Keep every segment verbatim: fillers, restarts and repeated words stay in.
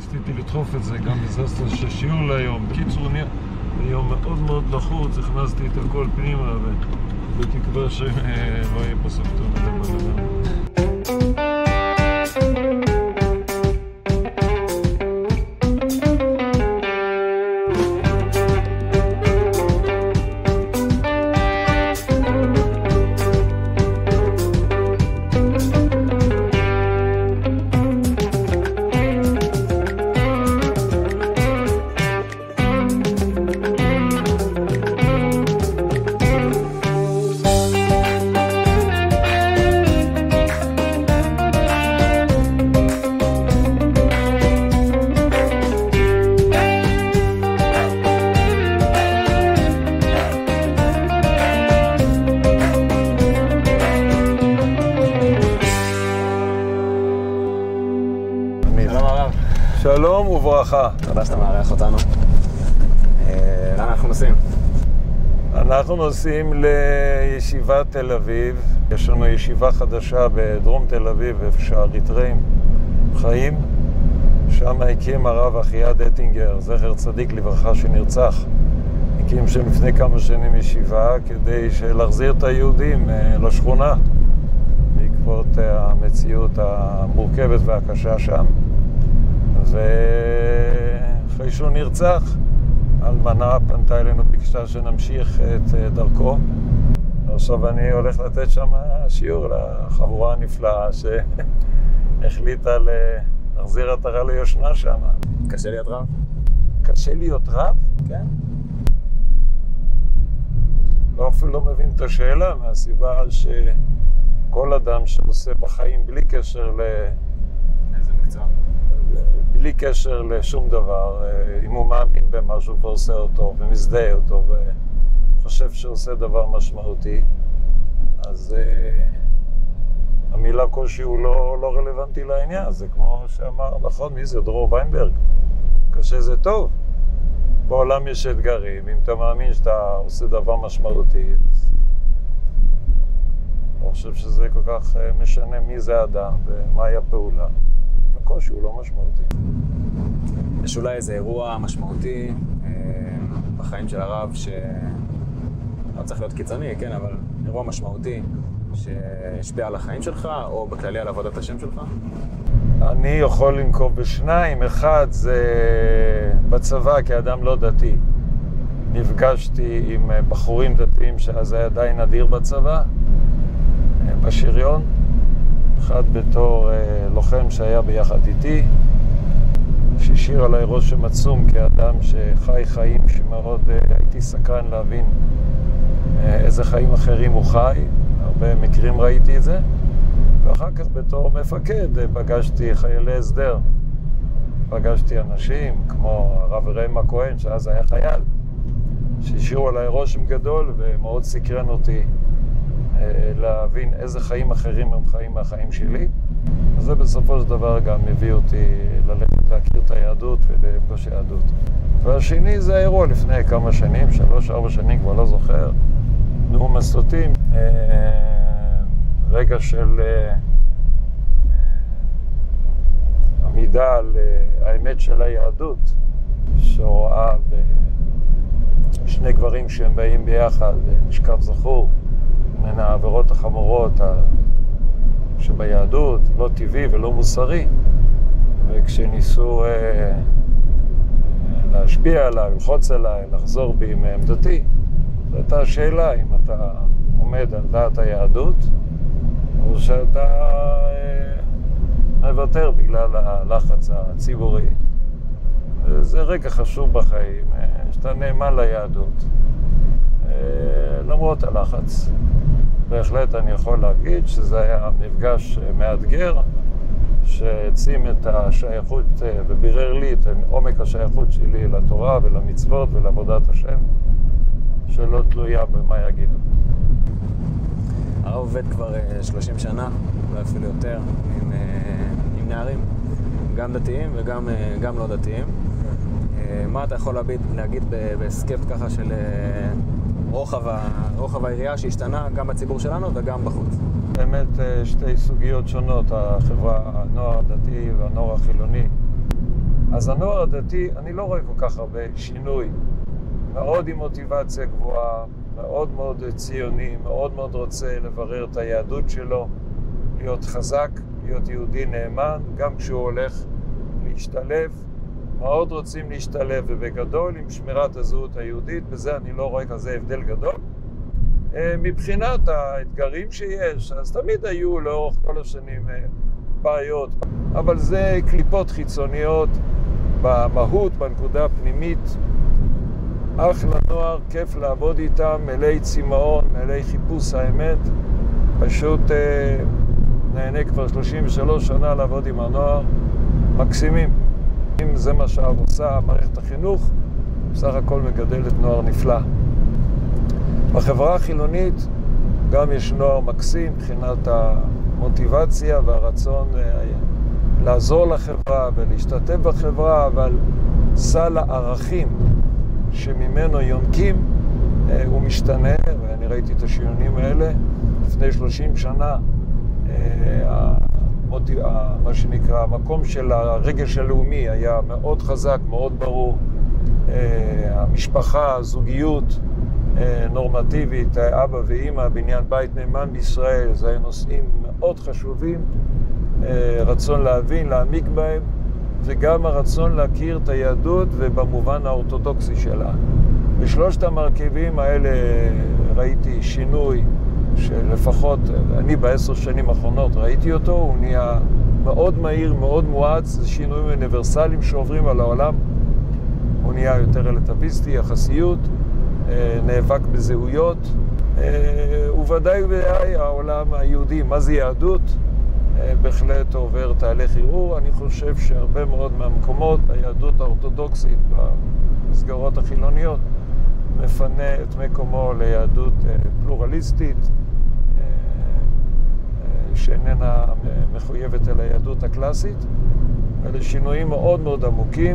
ניסיתי לדחוף את זה, גם בזסת של שיעור להיום. קיצור, היום מאוד מאוד לחוץ, הכנסתי את הכל פנימה, ובתקווה שלא יהיה בסוף טוב את הבלגן. שלום וברכה. תודה שאתה מארח אותנו. לאן אנחנו נוסעים? אנחנו נוסעים לישיבת תל אביב. יש לנו ישיבה חדשה בדרום תל אביב, איפה שהאריתראים חיים. שם הקים הרב אחיה דטינגר, זכר צדיק לברכה, שנרצח. הקים שם לפני כמה שנים ישיבה כדי להחזיר את היהודים לשכונה, בעקבות המציאות המורכבת והקשה שם. ואחרי שהוא נרצח, אלמנה פנתה אלינו, ביקשה שנמשיך את דרכו. עכשיו אני הולך לתת שם שיעור לחבורה הנפלאה שהחליטה להחזיר עטרה ליושנה שם. קשה להיות רב? קשה להיות רב? כן. לא, אפילו לא מבין את השאלה, מהסיבה שכל אדם שעושה בחיים בלי קשר ל... איזה מקצוע? בלי קשר לשום דבר, אם הוא מאמין במשהו ועושה אותו ומזדהה אותו וחושב שעושה דבר משמעותי, אז uh, המילה קושי הוא לא, לא רלוונטי לעניין. זה כמו שאמר, נכון, מי זה? דרור ויינברג. קשה זה טוב. בעולם יש אתגרים. אם אתה מאמין שאתה עושה דבר משמעותי, אז אני חושב שזה כל כך משנה מי זה האדם ומהי הפעולה. הקושי הוא לא משמעותי. יש אולי איזה אירוע משמעותי אה, בחיים של הרב, שלא צריך להיות קיצוני, כן, אבל אירוע משמעותי שהשפיע על החיים שלך, או בכללי על עבודת השם שלך? אני יכול לנקוב בשניים. אחד זה בצבא כאדם לא דתי. נפגשתי עם בחורים דתיים שאז היה די נדיר בצבא, בשריון. אחד בתור אה, לוחם שהיה ביחד איתי, שהשאיר עליי רושם עצום כאדם שחי חיים שמאוד אה, הייתי סקרן להבין אה, איזה חיים אחרים הוא חי. הרבה מקרים ראיתי את זה. ואחר כך בתור מפקד אה, פגשתי חיילי הסדר. פגשתי אנשים כמו הרב ראם הכהן, שאז היה חייל, שהשאירו עליי רושם גדול ומאוד סקרן אותי להבין איזה חיים אחרים הם חיים מהחיים שלי. אז זה בסופו של דבר גם הביא אותי ללכת להכיר את היהדות ולפגוש יהדות. והשני זה האירוע לפני כמה שנים, שלוש, ארבע שנים, כבר לא זוכר, נאום הסוטים, רגע של עמידה על האמת של היהדות, שרואה בשני גברים שהם באים ביחד, נשכב זכור, מן העבירות החמורות שביהדות, לא טבעי ולא מוסרי. וכשניסו אה, להשפיע עליי, ללחוץ עליי, לחזור בי מעמדתי, זו הייתה השאלה אם אתה עומד על דעת היהדות, או שאתה אה, מוותר בגלל הלחץ הציבורי. זה רגע חשוב בחיים, אה, שאתה נאמן ליהדות, אה, למרות הלחץ. בהחלט אני יכול להגיד שזה היה מפגש מאתגר, שהעצים את השייכות ובירר לי את עומק השייכות שלי לתורה ולמצוות ולעבודת השם, שלא תלויה במה יגידו. הרב עובד כבר שלושים שנה, אולי אפילו יותר, עם, עם נערים, גם דתיים וגם גם לא דתיים. מה אתה יכול להגיד, להגיד בסקפט ככה של רוחב, רוחב העירייה שהשתנה גם בציבור שלנו וגם בחוץ? באמת שתי סוגיות שונות, החברה, הנוער הדתי והנוער החילוני. אז הנוער הדתי, אני לא רואה כל כך הרבה שינוי. מאוד עם מוטיבציה גבוהה, מאוד מאוד ציוני, מאוד מאוד רוצה לברר את היהדות שלו, להיות חזק, להיות יהודי נאמן, גם כשהוא הולך להשתלב. מאוד רוצים להשתלב, ובגדול עם שמירת הזהות היהודית, בזה אני לא רואה כזה הבדל גדול. מבחינת האתגרים שיש, אז תמיד היו לאורך כל השנים בעיות, אבל זה קליפות חיצוניות במהות, בנקודה הפנימית. אחלה נוער, כיף לעבוד איתם, מלאי צמאון, מלאי חיפוש האמת. פשוט אה, נהנה כבר שלושים ושלוש שנה לעבוד עם הנוער, מקסימים. אם זה מה שעושה מערכת החינוך, בסך הכל מגדלת נוער נפלא. בחברה החילונית גם יש נוער מקסים מבחינת המוטיבציה והרצון לעזור לחברה ולהשתתף בחברה, אבל סל הערכים שממנו יונקים הוא משתנה, ואני ראיתי את השינויים האלה לפני שלושים שנה. מה שנקרא, המקום של הרגש הלאומי היה מאוד חזק, מאוד ברור. המשפחה, הזוגיות נורמטיבית, אבא ואמא, בניין בית נאמן בישראל, זה היו נושאים מאוד חשובים. רצון להבין, להעמיק בהם, וגם הרצון להכיר את היהדות ובמובן האורתודוקסי שלה. בשלושת המרכיבים האלה ראיתי שינוי שלפחות אני בעשר שנים האחרונות ראיתי אותו, הוא נהיה מאוד מהיר, מאוד מואץ, זה שינויים אוניברסליים שעוברים על העולם. הוא נהיה יותר רלטיביסטי, יחסיות, נאבק בזהויות, וודאי וודאי העולם היהודי, מה זה יהדות? בהחלט עובר תהליך ערעור. אני חושב שהרבה מאוד מהמקומות, היהדות האורתודוקסית במסגרות החילוניות, מפנה את מקומו ליהדות פלורליסטית, שאיננה מחויבת אל היהדות הקלאסית. אלה שינויים מאוד מאוד עמוקים,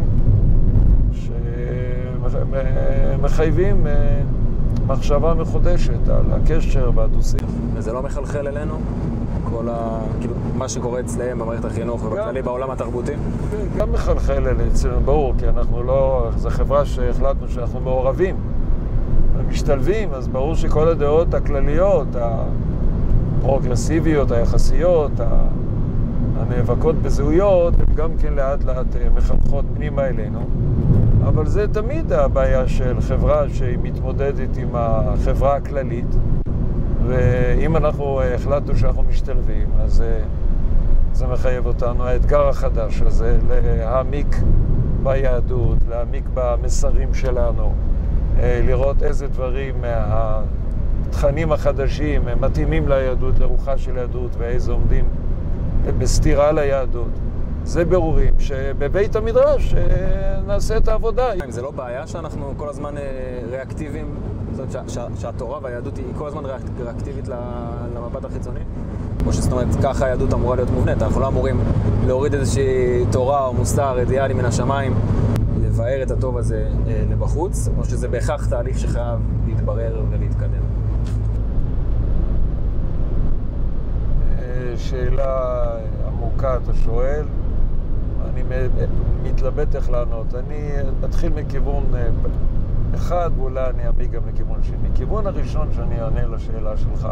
שמחייבים מחשבה מחודשת על הקשר והדו-שיח. וזה לא מחלחל אלינו? כל ה... כאילו, מה שקורה אצלם במערכת החינוך ובכללי בעולם התרבותי? גם מחלחל אצלנו, ברור, כי אנחנו לא... זו חברה שהחלטנו שאנחנו מעורבים ומשתלבים, אז ברור שכל הדעות הכלליות, הפרוגרסיביות, היחסיות, הנאבקות בזהויות, הן גם כן לאט לאט מחנכות פנימה אלינו. אבל זה תמיד הבעיה של חברה שהיא מתמודדת עם החברה הכללית, ואם אנחנו החלטנו שאנחנו משתלבים, אז זה מחייב אותנו, האתגר החדש הזה, להעמיק ביהדות, להעמיק במסרים שלנו, לראות איזה דברים מהתכנים החדשים מתאימים ליהדות, לרוחה של יהדות, ואיזה עומדים בסתירה ליהדות. זה ברורים שבבית המדרש נעשה את העבודה. זה לא בעיה שאנחנו כל הזמן ריאקטיביים? זאת אומרת שהתורה והיהדות היא כל הזמן ריאקטיבית למבט החיצוני? או שזאת אומרת, ככה היהדות אמורה להיות מובנית? אנחנו לא אמורים להוריד איזושהי תורה או מוסר אידיאלי מן השמיים, לבאר את הטוב הזה לבחוץ, או שזה בהכרח תהליך שחייב להתברר ולהתקדם? שאלה עמוקה אתה שואל, אני מתלבט איך לענות. אני אתחיל מכיוון אחד, ואולי אני אביא גם לכיוון שני. כיוון הראשון שאני אענה לשאלה שלך,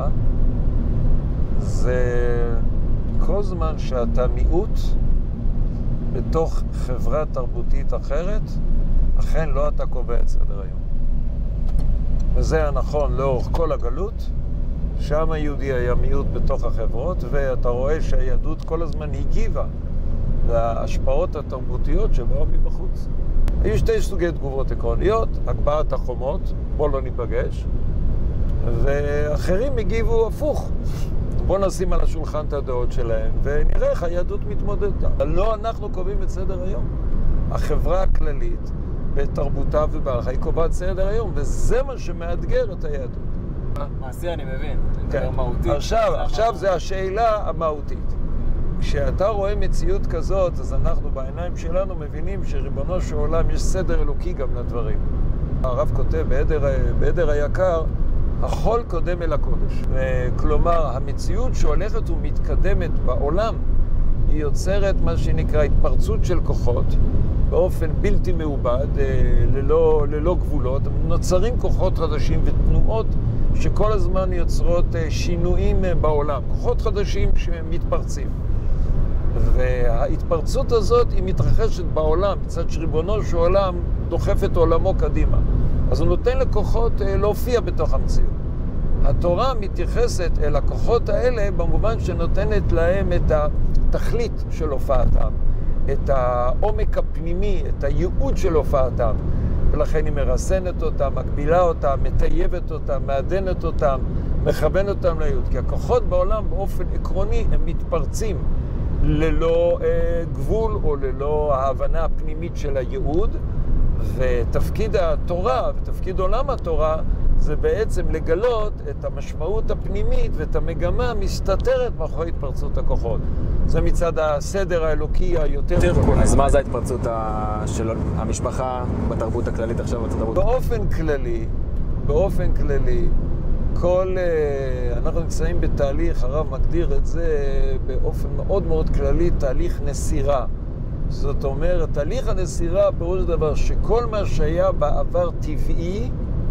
זה כל זמן שאתה מיעוט בתוך חברה תרבותית אחרת, אכן לא אתה קובע את סדר היום. וזה הנכון לאורך כל הגלות, שם היהודי היה מיעוט בתוך החברות, ואתה רואה שהיהדות כל הזמן הגיבה להשפעות התרבותיות שבאו מבחוץ. היו שתי סוגי תגובות עקרוניות, הגבהת החומות, בוא לא ניפגש, ואחרים הגיבו הפוך. בוא נשים על השולחן את הדעות שלהם, ונראה איך היהדות מתמודדת. לא אנחנו קובעים את סדר היום. החברה הכללית, בתרבותה ובערכה, היא קובעת סדר היום, וזה מה שמאתגר את היהדות. מעשי אני מבין, כן. מהותי. עכשיו, עכשיו זה השאלה המהותית. כשאתה רואה מציאות כזאת, אז אנחנו בעיניים שלנו מבינים שריבונו של עולם יש סדר אלוקי גם לדברים. הרב כותב בעדר, בעדר היקר, החול קודם אל הקודש. כלומר, המציאות שהולכת ומתקדמת בעולם, היא יוצרת מה שנקרא התפרצות של כוחות באופן בלתי מעובד, ללא, ללא גבולות. נוצרים כוחות חדשים ותנועות שכל הזמן יוצרות שינויים בעולם. כוחות חדשים שמתפרצים. וההתפרצות הזאת היא מתרחשת בעולם, מצד שריבונו של עולם דוחף את עולמו קדימה. אז הוא נותן לכוחות להופיע בתוך המציאות. התורה מתייחסת אל הכוחות האלה במובן שנותנת להם את התכלית של הופעתם, את העומק הפנימי, את הייעוד של הופעתם, ולכן היא מרסנת אותם, מגבילה אותם, מטייבת אותם, מעדנת אותם, מכוון אותם לייעוד. כי הכוחות בעולם באופן עקרוני הם מתפרצים ללא אה, גבול או ללא ההבנה הפנימית של הייעוד, ותפקיד התורה ותפקיד עולם התורה זה בעצם לגלות את המשמעות הפנימית ואת המגמה המסתתרת מאחורי התפרצות הכוחות. זה מצד הסדר האלוקי היותר... אז מה זה ההתפרצות של המשפחה בתרבות הכללית עכשיו? באופן כללי, באופן כללי, כל... אנחנו נמצאים בתהליך, הרב מגדיר את זה באופן מאוד מאוד כללי, תהליך נסירה. זאת אומרת, תהליך הנסירה פירוש דבר שכל מה שהיה בעבר טבעי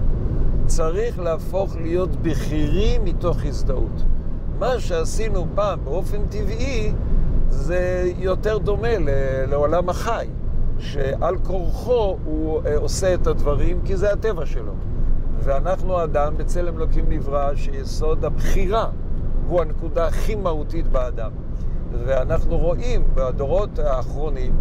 צריך להפוך להיות בחירי מתוך הזדהות. מה שעשינו פעם באופן טבעי זה יותר דומה לעולם החי, שעל כורחו הוא עושה את הדברים כי זה הטבע שלו. ואנחנו אדם בצלם אלוקים נברא שיסוד הבחירה הוא הנקודה הכי מהותית באדם. ואנחנו רואים בדורות האחרונים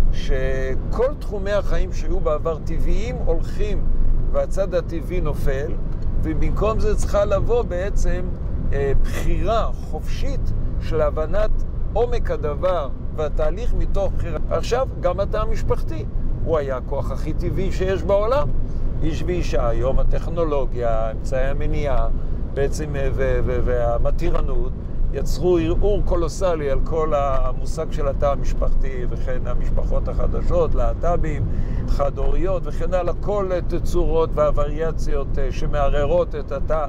שכל תחומי החיים שהיו בעבר טבעיים הולכים והצד הטבעי נופל, ובמקום זה צריכה לבוא בעצם אה, בחירה חופשית של הבנת עומק הדבר והתהליך מתוך בחירה. עכשיו גם התא המשפחתי הוא היה הכוח הכי טבעי שיש בעולם. איש ואישה, היום הטכנולוגיה, אמצעי המניעה בעצם והמתירנות יצרו ערעור קולוסלי על כל המושג של התא המשפחתי, וכן המשפחות החדשות, להט"בים, חד-הוריות וכן הלאה, כל תצורות והווריאציות שמערערות את התא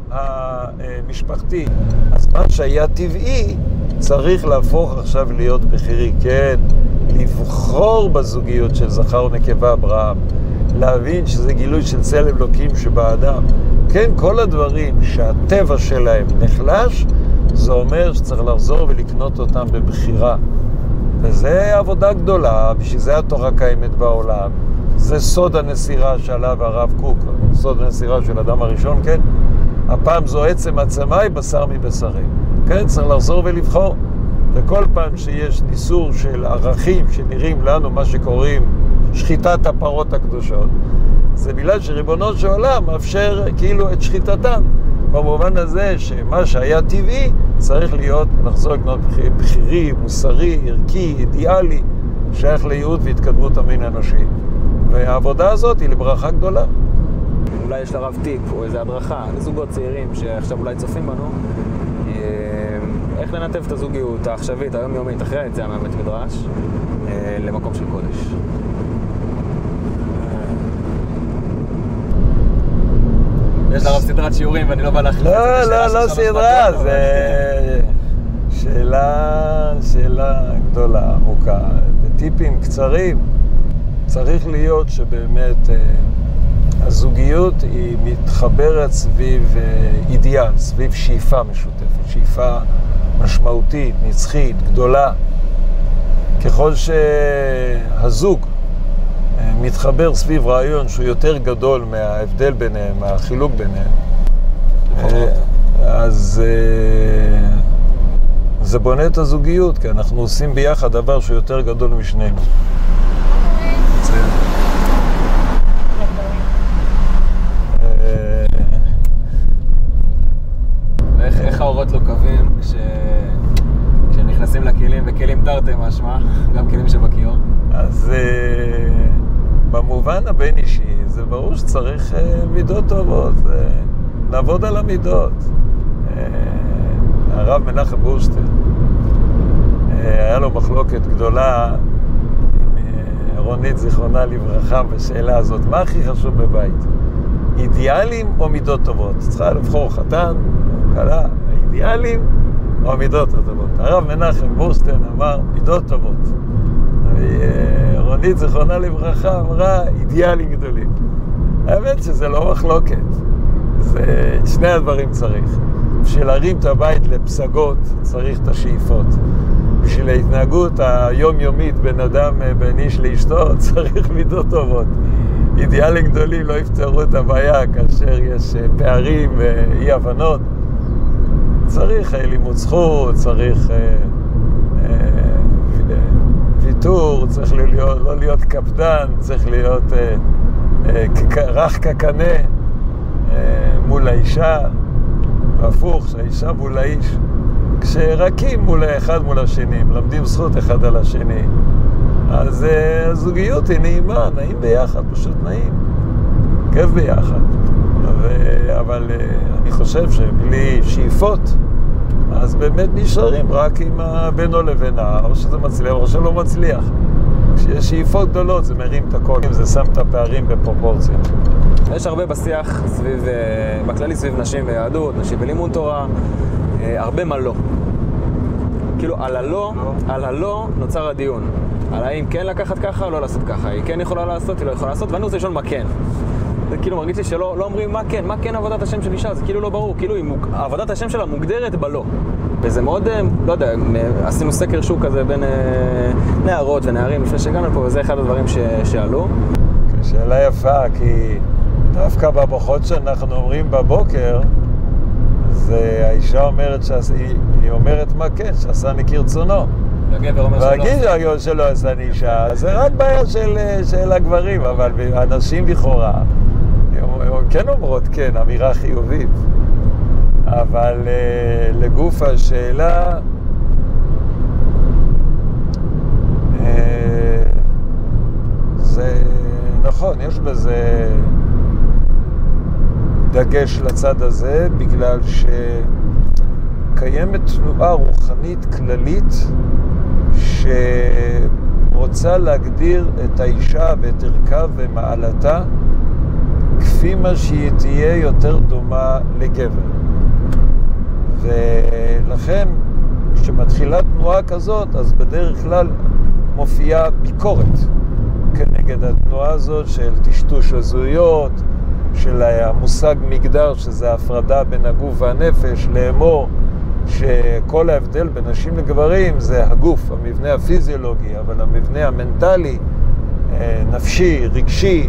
המשפחתי. אז מה שהיה טבעי צריך להפוך עכשיו להיות בחירי, כן, לבחור בזוגיות של זכר ונקבה אברהם, להבין שזה גילוי של צלם אלוקים שבאדם. כן, כל הדברים שהטבע שלהם נחלש, זה אומר שצריך לחזור ולקנות אותם בבחירה. וזה עבודה גדולה, בשביל זה התורה קיימת בעולם. זה סוד הנסירה שעליו הרב קוק, סוד הנסירה של אדם הראשון, כן? הפעם זו עצם עצמי, בשר מבשרי. כן, צריך לחזור ולבחור. וכל פעם שיש ניסור של ערכים שנראים לנו מה שקוראים שחיטת הפרות הקדושות, זה בגלל שריבונו של עולם מאפשר כאילו את שחיטתם. במובן הזה שמה שהיה טבעי צריך להיות, לחזור לקנות בחירי, מוסרי, ערכי, אידיאלי, שייך לייעוד והתקדמות המין האנושי. והעבודה הזאת היא לברכה גדולה. אולי יש לרב טיפ או איזו הדרכה לזוגות צעירים שעכשיו אולי צופים בנו, איך לנתב את הזוגיות העכשווית, היומיומית, אחרי היציאה מהבית מדרש, למקום של קודש. יש לרב סדרת שיעורים ואני לא בא להחליט את זה. לא, לא, לא סדרה, זה שאלה, שאלה גדולה, עמוקה. בטיפים קצרים צריך להיות שבאמת הזוגיות היא מתחברת סביב אידיאל, סביב שאיפה משותפת, שאיפה משמעותית, נצחית, גדולה. ככל שהזוג מתחבר סביב רעיון שהוא יותר גדול מההבדל ביניהם, מהחילוק ביניהם, אז זה בונה את הזוגיות, כי אנחנו עושים ביחד דבר שהוא יותר גדול משנינו. איך האורות לא קווים כשנכנסים לכלים, וכלים תרתי משמע, גם כלים שבכיור? אז במובן הבין אישי זה ברור שצריך מידות טובות, נעבוד על המידות. הרב מנחם בורשטיין, היה לו מחלוקת גדולה עם רונית זיכרונה לברכה בשאלה הזאת, מה הכי חשוב בבית? אידיאלים או מידות טובות? צריכה לבחור חתן, כלה, אידיאלים או מידות הטובות. הרב מנחם בורשטיין אמר מידות טובות. רונית החתנית, זיכרונה לברכה, אמרה אידיאלים גדולים. האמת שזה לא מחלוקת. זה שני הדברים צריך. בשביל להרים את הבית לפסגות צריך את השאיפות. בשביל ההתנהגות היומיומית בין אדם, בין איש לאשתו, צריך מידות טובות. אידיאלים גדולים לא יפתרו את הבעיה כאשר יש פערים ואי הבנות. צריך לימוד זכות, צריך אה, אה, ויתור, צריך להיות, לא להיות קפדן, צריך להיות אה, אה, רך כקנה אה, מול האישה, והפוך, שהאישה מול האיש. כשרקים מול האחד מול השני, מלמדים זכות אחד על השני, אז אה, הזוגיות היא נעימה, נעים ביחד, פשוט נעים, כיף ביחד. ו... אבל אה, אני חושב שבלי שאיפות, אז באמת נשארים רק עם בינו לבינה, או שזה מצליח או שלא מצליח. כשיש שאיפות גדולות זה מרים את הכל, זה שם את הפערים בפרופורציה. יש הרבה בשיח סביב, בכללי סביב נשים ויהדות, נשים ולימוד תורה, הרבה מה לא. כאילו על הלא, על הלא נוצר הדיון. על האם כן לקחת ככה או לא לעשות ככה. היא כן יכולה לעשות, היא לא יכולה לעשות, ואני רוצה לשאול מה כן. זה כאילו מרגיש לי שלא לא אומרים מה כן, מה כן עבודת השם של אישה, זה כאילו לא ברור, כאילו מוג... עבודת השם שלה מוגדרת בלא. וזה מאוד, לא יודע, עשינו סקר שוק כזה בין נערות ונערים לפני שהגענו פה, וזה אחד הדברים ש... שעלו. שאלה יפה, כי דווקא בברכות שאנחנו אומרים בבוקר, זה האישה אומרת, שעש... היא... היא אומרת מה כן, שעשני כרצונו. והגבר אומר שלא. והגבר שלא עשני אישה, זה רק בעיה של, של הגברים, אבל הנשים לכאורה, הן כן אומרות כן, אמירה חיובית. אבל uh, לגוף השאלה, uh, זה נכון, יש בזה דגש לצד הזה, בגלל שקיימת תנועה רוחנית כללית שרוצה להגדיר את האישה ואת ערכה ומעלתה כפי מה שהיא תהיה יותר דומה לגבר. ולכן, כשמתחילה תנועה כזאת, אז בדרך כלל מופיעה ביקורת כנגד התנועה הזאת של טשטוש הזהויות, של המושג מגדר, שזה הפרדה בין הגוף והנפש, לאמור שכל ההבדל בין נשים לגברים זה הגוף, המבנה הפיזיולוגי, אבל המבנה המנטלי, נפשי, רגשי,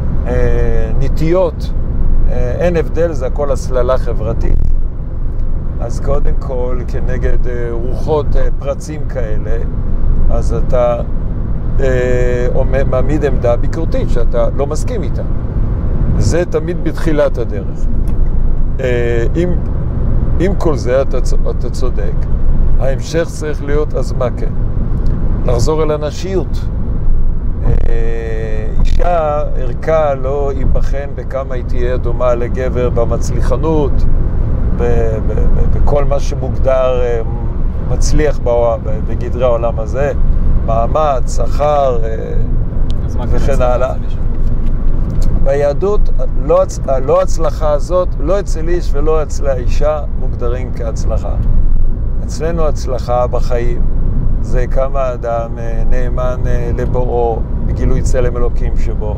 נטיות, אין הבדל, זה הכל הסללה חברתית. אז קודם כל, כנגד רוחות פרצים כאלה, אז אתה אה, מעמיד עמדה ביקורתית, שאתה לא מסכים איתה. זה תמיד בתחילת הדרך. אה, אם, אם כל זה אתה, אתה צודק, ההמשך צריך להיות אז מה כן? לחזור אל הנשיות. אה, אישה ערכה לא ייבחן בכמה היא תהיה דומה לגבר במצליחנות, בכל מה שמוגדר מצליח בגדרי העולם הזה, מאמץ, שכר וכן הלאה. ביהדות לא, לא הצלחה הזאת, לא אצל איש ולא אצל האישה מוגדרים כהצלחה. אצלנו הצלחה בחיים זה כמה אדם נאמן לבוראו, בגילוי צלם אלוקים שבו,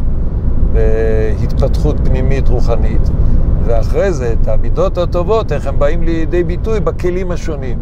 בהתפתחות פנימית רוחנית. ואחרי זה, את המידות הטובות, איך הם באים לידי ביטוי בכלים השונים.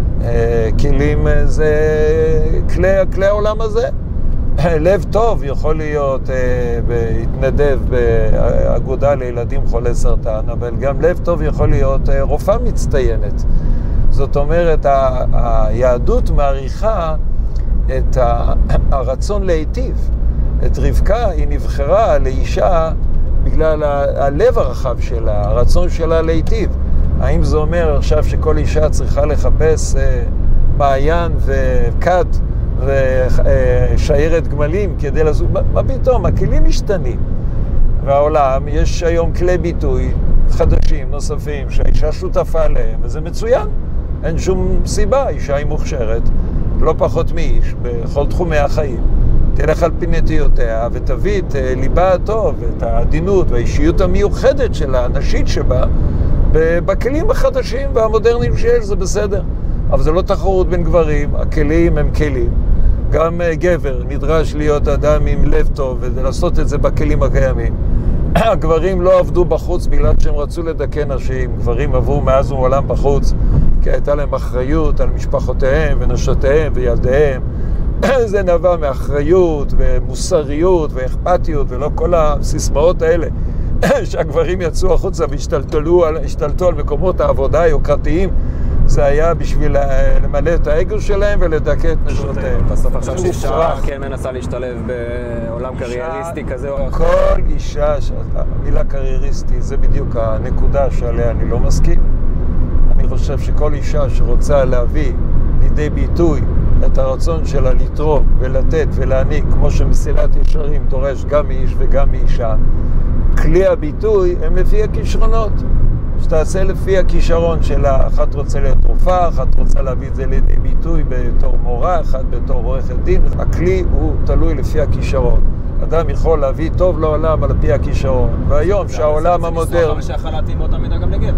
כלים זה כלי, כלי העולם הזה. לב טוב יכול להיות בהתנדב באגודה לילדים חולי סרטן, אבל גם לב טוב יכול להיות רופאה מצטיינת. זאת אומרת, היהדות מעריכה את הרצון להיטיב. את רבקה היא נבחרה לאישה בגלל הלב הרחב שלה, הרצון שלה להיטיב. האם זה אומר עכשיו שכל אישה צריכה לחפש מעיין וכד ושיירת גמלים כדי לזוז? מה פתאום? הכלים משתנים. והעולם, יש היום כלי ביטוי חדשים, נוספים, שהאישה שותפה להם, וזה מצוין. אין שום סיבה, אישה היא מוכשרת, לא פחות מאיש, בכל תחומי החיים. תלך על פי נטיותיה ותביא את ליבה הטוב, את העדינות והאישיות המיוחדת שלה, הנשית שבה, בכלים החדשים והמודרניים שיש, זה בסדר. אבל זה לא תחרות בין גברים, הכלים הם כלים. גם גבר נדרש להיות אדם עם לב טוב ולעשות את זה בכלים הקיימים. הגברים לא עבדו בחוץ בגלל שהם רצו לדכא נשים. גברים עברו מאז ומעולם בחוץ כי הייתה להם אחריות על משפחותיהם ונשותיהם וילדיהם. זה נבע מאחריות ומוסריות ואכפתיות ולא כל הסיסמאות האלה שהגברים יצאו החוצה והשתלטו על, השתלטו על מקומות העבודה היוקרתיים. זה היה בשביל למלא את האגו שלהם ולדכא את נשותיהם. בסוף עכשיו שאישה כן מנסה להשתלב בעולם קרייריסטי כזה או אחר. כל אישה, המילה קרייריסטי זה בדיוק הנקודה שעליה אני לא מסכים. אני חושב שכל אישה שרוצה להביא לידי ביטוי את הרצון שלה לתרום ולתת ולהעניק, כמו שמסילת ישרים דורש גם מאיש וגם מאישה, כלי הביטוי הם לפי הכישרונות. שתעשה לפי הכישרון שלה, אחת רוצה להיות תרופה, אחת רוצה להביא את זה לידי ביטוי בתור מורה, אחת בתור עורכת דין. הכלי הוא תלוי לפי הכישרון. אדם יכול להביא טוב לעולם על פי הכישרון. והיום שהעולם המודרני... זה שיכול להתאים באותה מידה גם לגבר.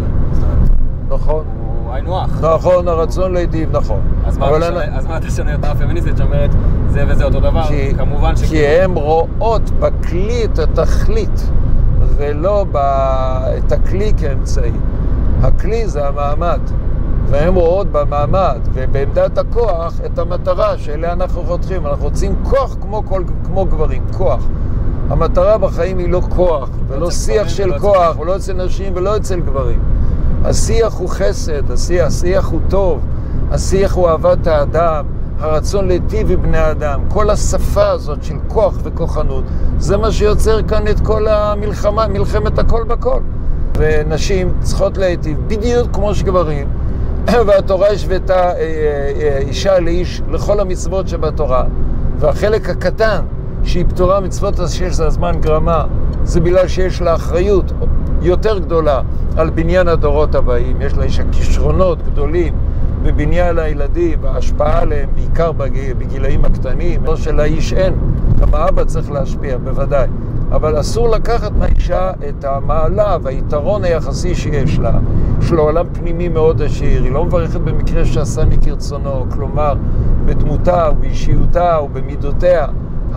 נכון. הוא היינו הך. נכון, הרצון להיטיב, נכון. אז מה אתה שונה יותר הפמיניסטית שאומרת זה וזה אותו דבר? כמובן ש... כי הן רואות בכלי את התכלית. ולא את הכלי כאמצעי. הכלי זה המעמד, והם רואות במעמד ובעמדת הכוח את המטרה שאליה אנחנו חותרים. אנחנו רוצים כוח כמו, כל, כמו גברים, כוח. המטרה בחיים היא לא כוח, ולא שיח של כוח, ולא אצל נשים ולא אצל גברים. השיח הוא חסד, השיח, השיח הוא טוב, השיח הוא אהבת האדם, הרצון להיטיב עם בני האדם. כל השפה הזאת של כוח וכוחנות, זה מה שיוצר כאן את כל המלחמה, מלחמת הכל בכל. ונשים צריכות להיטיב בדיוק כמו שגברים, והתורה השוותה אישה לאיש לכל המצוות שבתורה, והחלק הקטן שהיא פטורה מצוות השש זה הזמן גרמה, זה בגלל שיש לה אחריות יותר גדולה על בניין הדורות הבאים. יש לה איש הכישרונות גדולים בבניין הילדים וההשפעה עליהם, בעיקר בגילאים הקטנים. לא של האיש אין, גם האבא צריך להשפיע, בוודאי. אבל אסור לקחת מהאישה את המעלה והיתרון היחסי שיש לה. יש לו עולם פנימי מאוד עשיר, היא לא מברכת במקרה שעשני כרצונו, כלומר, בדמותה ובאישיותה ובמידותיה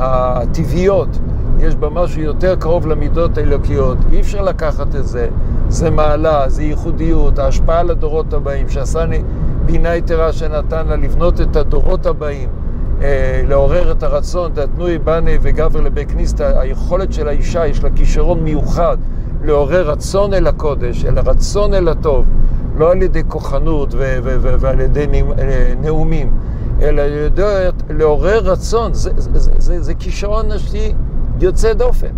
הטבעיות. יש בה משהו יותר קרוב למידות האלוקיות. אי אפשר לקחת את זה. זה מעלה, זה ייחודיות, ההשפעה על הדורות הבאים, שעשני בינה יתרה שנתן לה לבנות את הדורות הבאים, אה, לעורר את הרצון, תתנוי בני וגבר לבית כניסתא. היכולת של האישה, יש לה כישרון מיוחד לעורר רצון אל הקודש, אל הרצון אל הטוב, לא על ידי כוחנות ו- ו- ו- ועל ידי נאומים, אלא יודע לעורר רצון. זה, זה, זה, זה, זה כישרון נשי יוצא דופן.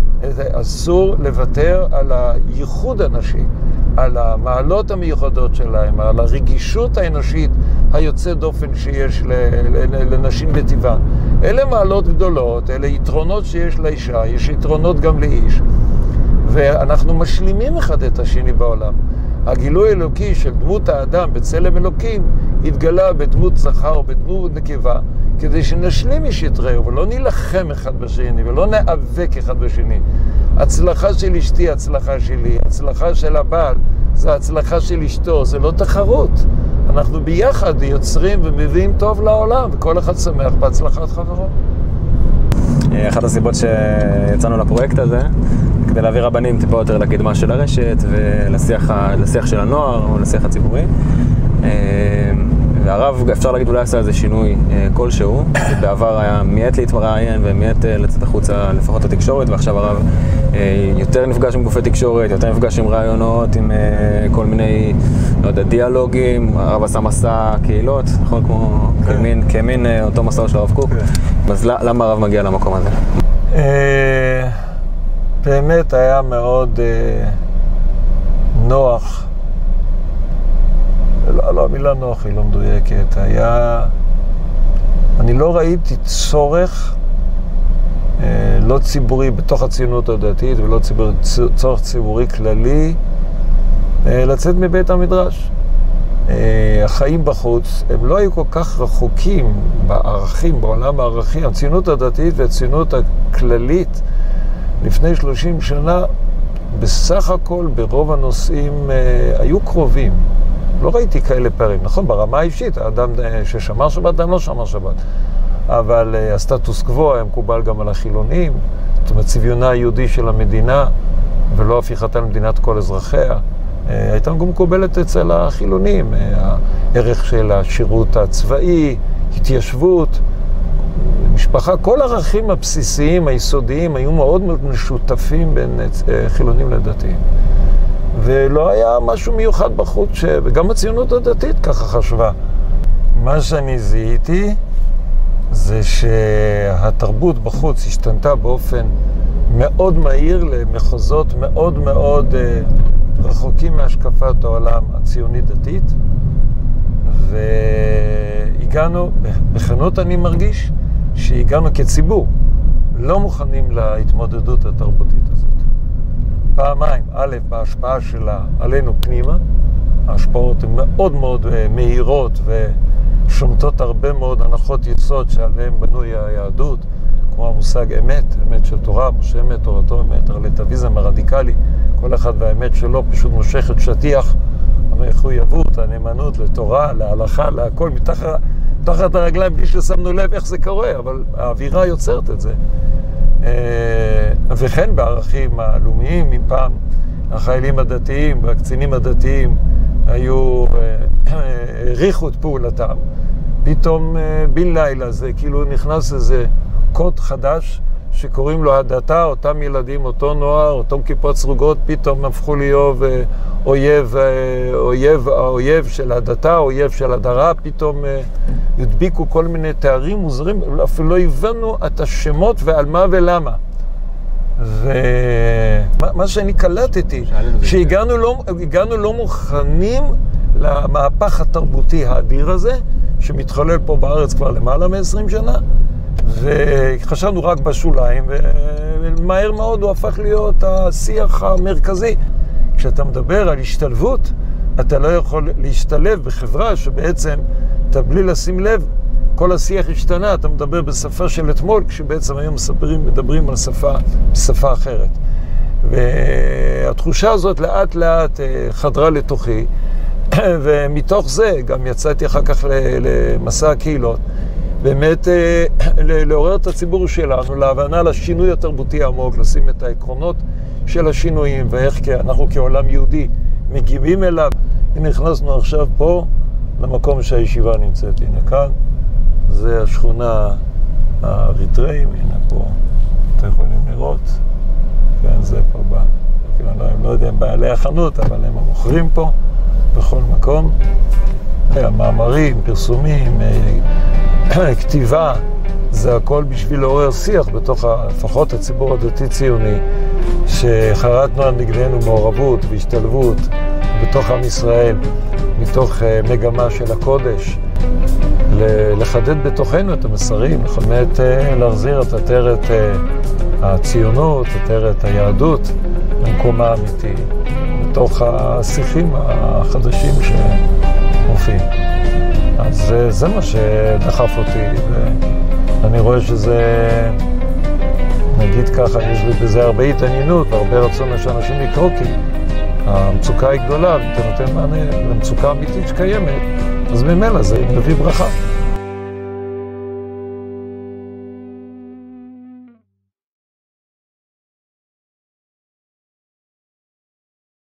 אסור לוותר על הייחוד הנשי, על המעלות המיוחדות שלהם, על הרגישות האנושית היוצא דופן שיש לנשים בטבען. אלה מעלות גדולות, אלה יתרונות שיש לאישה, יש יתרונות גם לאיש, ואנחנו משלימים אחד את השני בעולם. הגילוי אלוקי של דמות האדם בצלם אלוקים התגלה בדמות זכר ובדמות נקבה, כדי שנשלים איש את רעהו ולא נילחם אחד בשני ולא נאבק אחד בשני. הצלחה של אשתי, הצלחה שלי, הצלחה של הבעל, זה הצלחה של אשתו, זה לא תחרות. אנחנו ביחד יוצרים ומביאים טוב לעולם, וכל אחד שמח בהצלחת חברו. אחת הסיבות שיצאנו לפרויקט הזה, כדי להביא רבנים טיפה יותר לקדמה של הרשת ולשיח לשיח של הנוער או לשיח הציבורי. והרב, אפשר להגיד, אולי עשה איזה שינוי כלשהו. בעבר היה מיית להתראיין ומיית לצאת החוצה לפחות התקשורת, ועכשיו הרב יותר נפגש עם גופי תקשורת, יותר נפגש עם רעיונות, עם כל מיני, לא יודע, דיאלוגים. הרב עשה מסע קהילות, נכון? כמו כמין אותו מסע של הרב קוק. אז למה הרב מגיע למקום הזה? באמת היה מאוד נוח. לא, לא, המילה נוח היא לא מדויקת. היה... אני לא ראיתי צורך, לא ציבורי בתוך הציונות הדתית, ולא ציבור, צורך ציבורי כללי, לצאת מבית המדרש. החיים בחוץ, הם לא היו כל כך רחוקים בערכים, בעולם הערכים. הציונות הדתית והציונות הכללית, לפני שלושים שנה, בסך הכל, ברוב הנושאים, היו קרובים. לא ראיתי כאלה פערים, נכון? ברמה האישית, האדם ששמר שבת, אדם לא שמר שבת. אבל uh, הסטטוס קוו היה מקובל גם על החילונים, זאת אומרת, צביונה היהודי של המדינה, ולא הפיכתה למדינת כל אזרחיה. Uh, הייתה גם מקובלת אצל החילונים, uh, הערך של השירות הצבאי, התיישבות, משפחה, כל הערכים הבסיסיים, היסודיים, היו מאוד מאוד משותפים בין uh, חילונים לדתיים. ולא היה משהו מיוחד בחוץ, ש... וגם הציונות הדתית ככה חשבה. מה שאני זיהיתי זה שהתרבות בחוץ השתנתה באופן מאוד מהיר למחוזות מאוד מאוד אה, רחוקים מהשקפת העולם הציונית דתית, והגענו, בכנות אני מרגיש שהגענו כציבור לא מוכנים להתמודדות התרבותית הזאת. פעמיים, א', בהשפעה שלה עלינו פנימה, ההשפעות הן מאוד מאוד מהירות ושומטות הרבה מאוד הנחות יסוד שעליהן בנוי היהדות, כמו המושג אמת, אמת של תורה, משה אמת, תורתו אמת, הרלטיביזם הרדיקלי, כל אחד והאמת שלו פשוט מושכת שטיח, המחויבות, הנאמנות לתורה, להלכה, להכל, מתחת, מתחת הרגליים בלי ששמנו לב איך זה קורה, אבל האווירה יוצרת את זה. וכן בערכים הלאומיים, אם פעם החיילים הדתיים והקצינים הדתיים היו, העריכו את פעולתם, פתאום בן לילה זה כאילו נכנס איזה קוד חדש שקוראים לו הדתה, אותם ילדים, אותו נוער, אותם כיפות סרוגות, פתאום הפכו להיות אויב, אויב, האויב של הדתה, אויב של הדרה, פתאום ידביקו כל מיני תארים מוזרים, אפילו לא הבנו את השמות ועל מה ולמה. ומה שאני קלטתי, שהגענו לא, הגענו לא מוכנים למהפך התרבותי האדיר הזה, שמתחולל פה בארץ כבר למעלה מ-עשרים שנה, וחשבנו רק בשוליים, ומהר מאוד הוא הפך להיות השיח המרכזי. כשאתה מדבר על השתלבות, אתה לא יכול להשתלב בחברה שבעצם, אתה בלי לשים לב, כל השיח השתנה, אתה מדבר בשפה של אתמול, כשבעצם היום מספרים, מדברים על שפה, בשפה אחרת. והתחושה הזאת לאט לאט חדרה לתוכי, ומתוך זה גם יצאתי אחר כך למסע הקהילות, באמת לעורר את הציבור שלנו, להבנה לשינוי התרבותי העמוק, לשים את העקרונות של השינויים, ואיך אנחנו כעולם יהודי מגיבים אליו. הנה נכנסנו עכשיו פה למקום שהישיבה נמצאת, הנה כאן, זה השכונה האריתראים, הנה פה, אתם יכולים לראות, כן, זה פה בא, אני לא יודע אם בעלי החנות, אבל הם המוכרים פה, בכל מקום, המאמרים, פרסומים, כתיבה, זה הכל בשביל לעורר שיח בתוך לפחות הציבור הדתי-ציוני, שחרטנו על נגדנו מעורבות והשתלבות בתוך עם ישראל, מתוך מגמה של הקודש, לחדד בתוכנו את המסרים, באמת להחזיר את עטרת הציונות, עטרת היהדות, למקומה האמיתי, בתוך השיחים החדשים שמופיעים. אז זה מה שדחף אותי, ואני רואה שזה, נגיד ככה, יש בזה הרבה התעניינות והרבה רצון שאנשים לקרוא, כי המצוקה היא גדולה, ואתה נותן מענה למצוקה אמיתית שקיימת, אז ממילא זה מביא ברכה.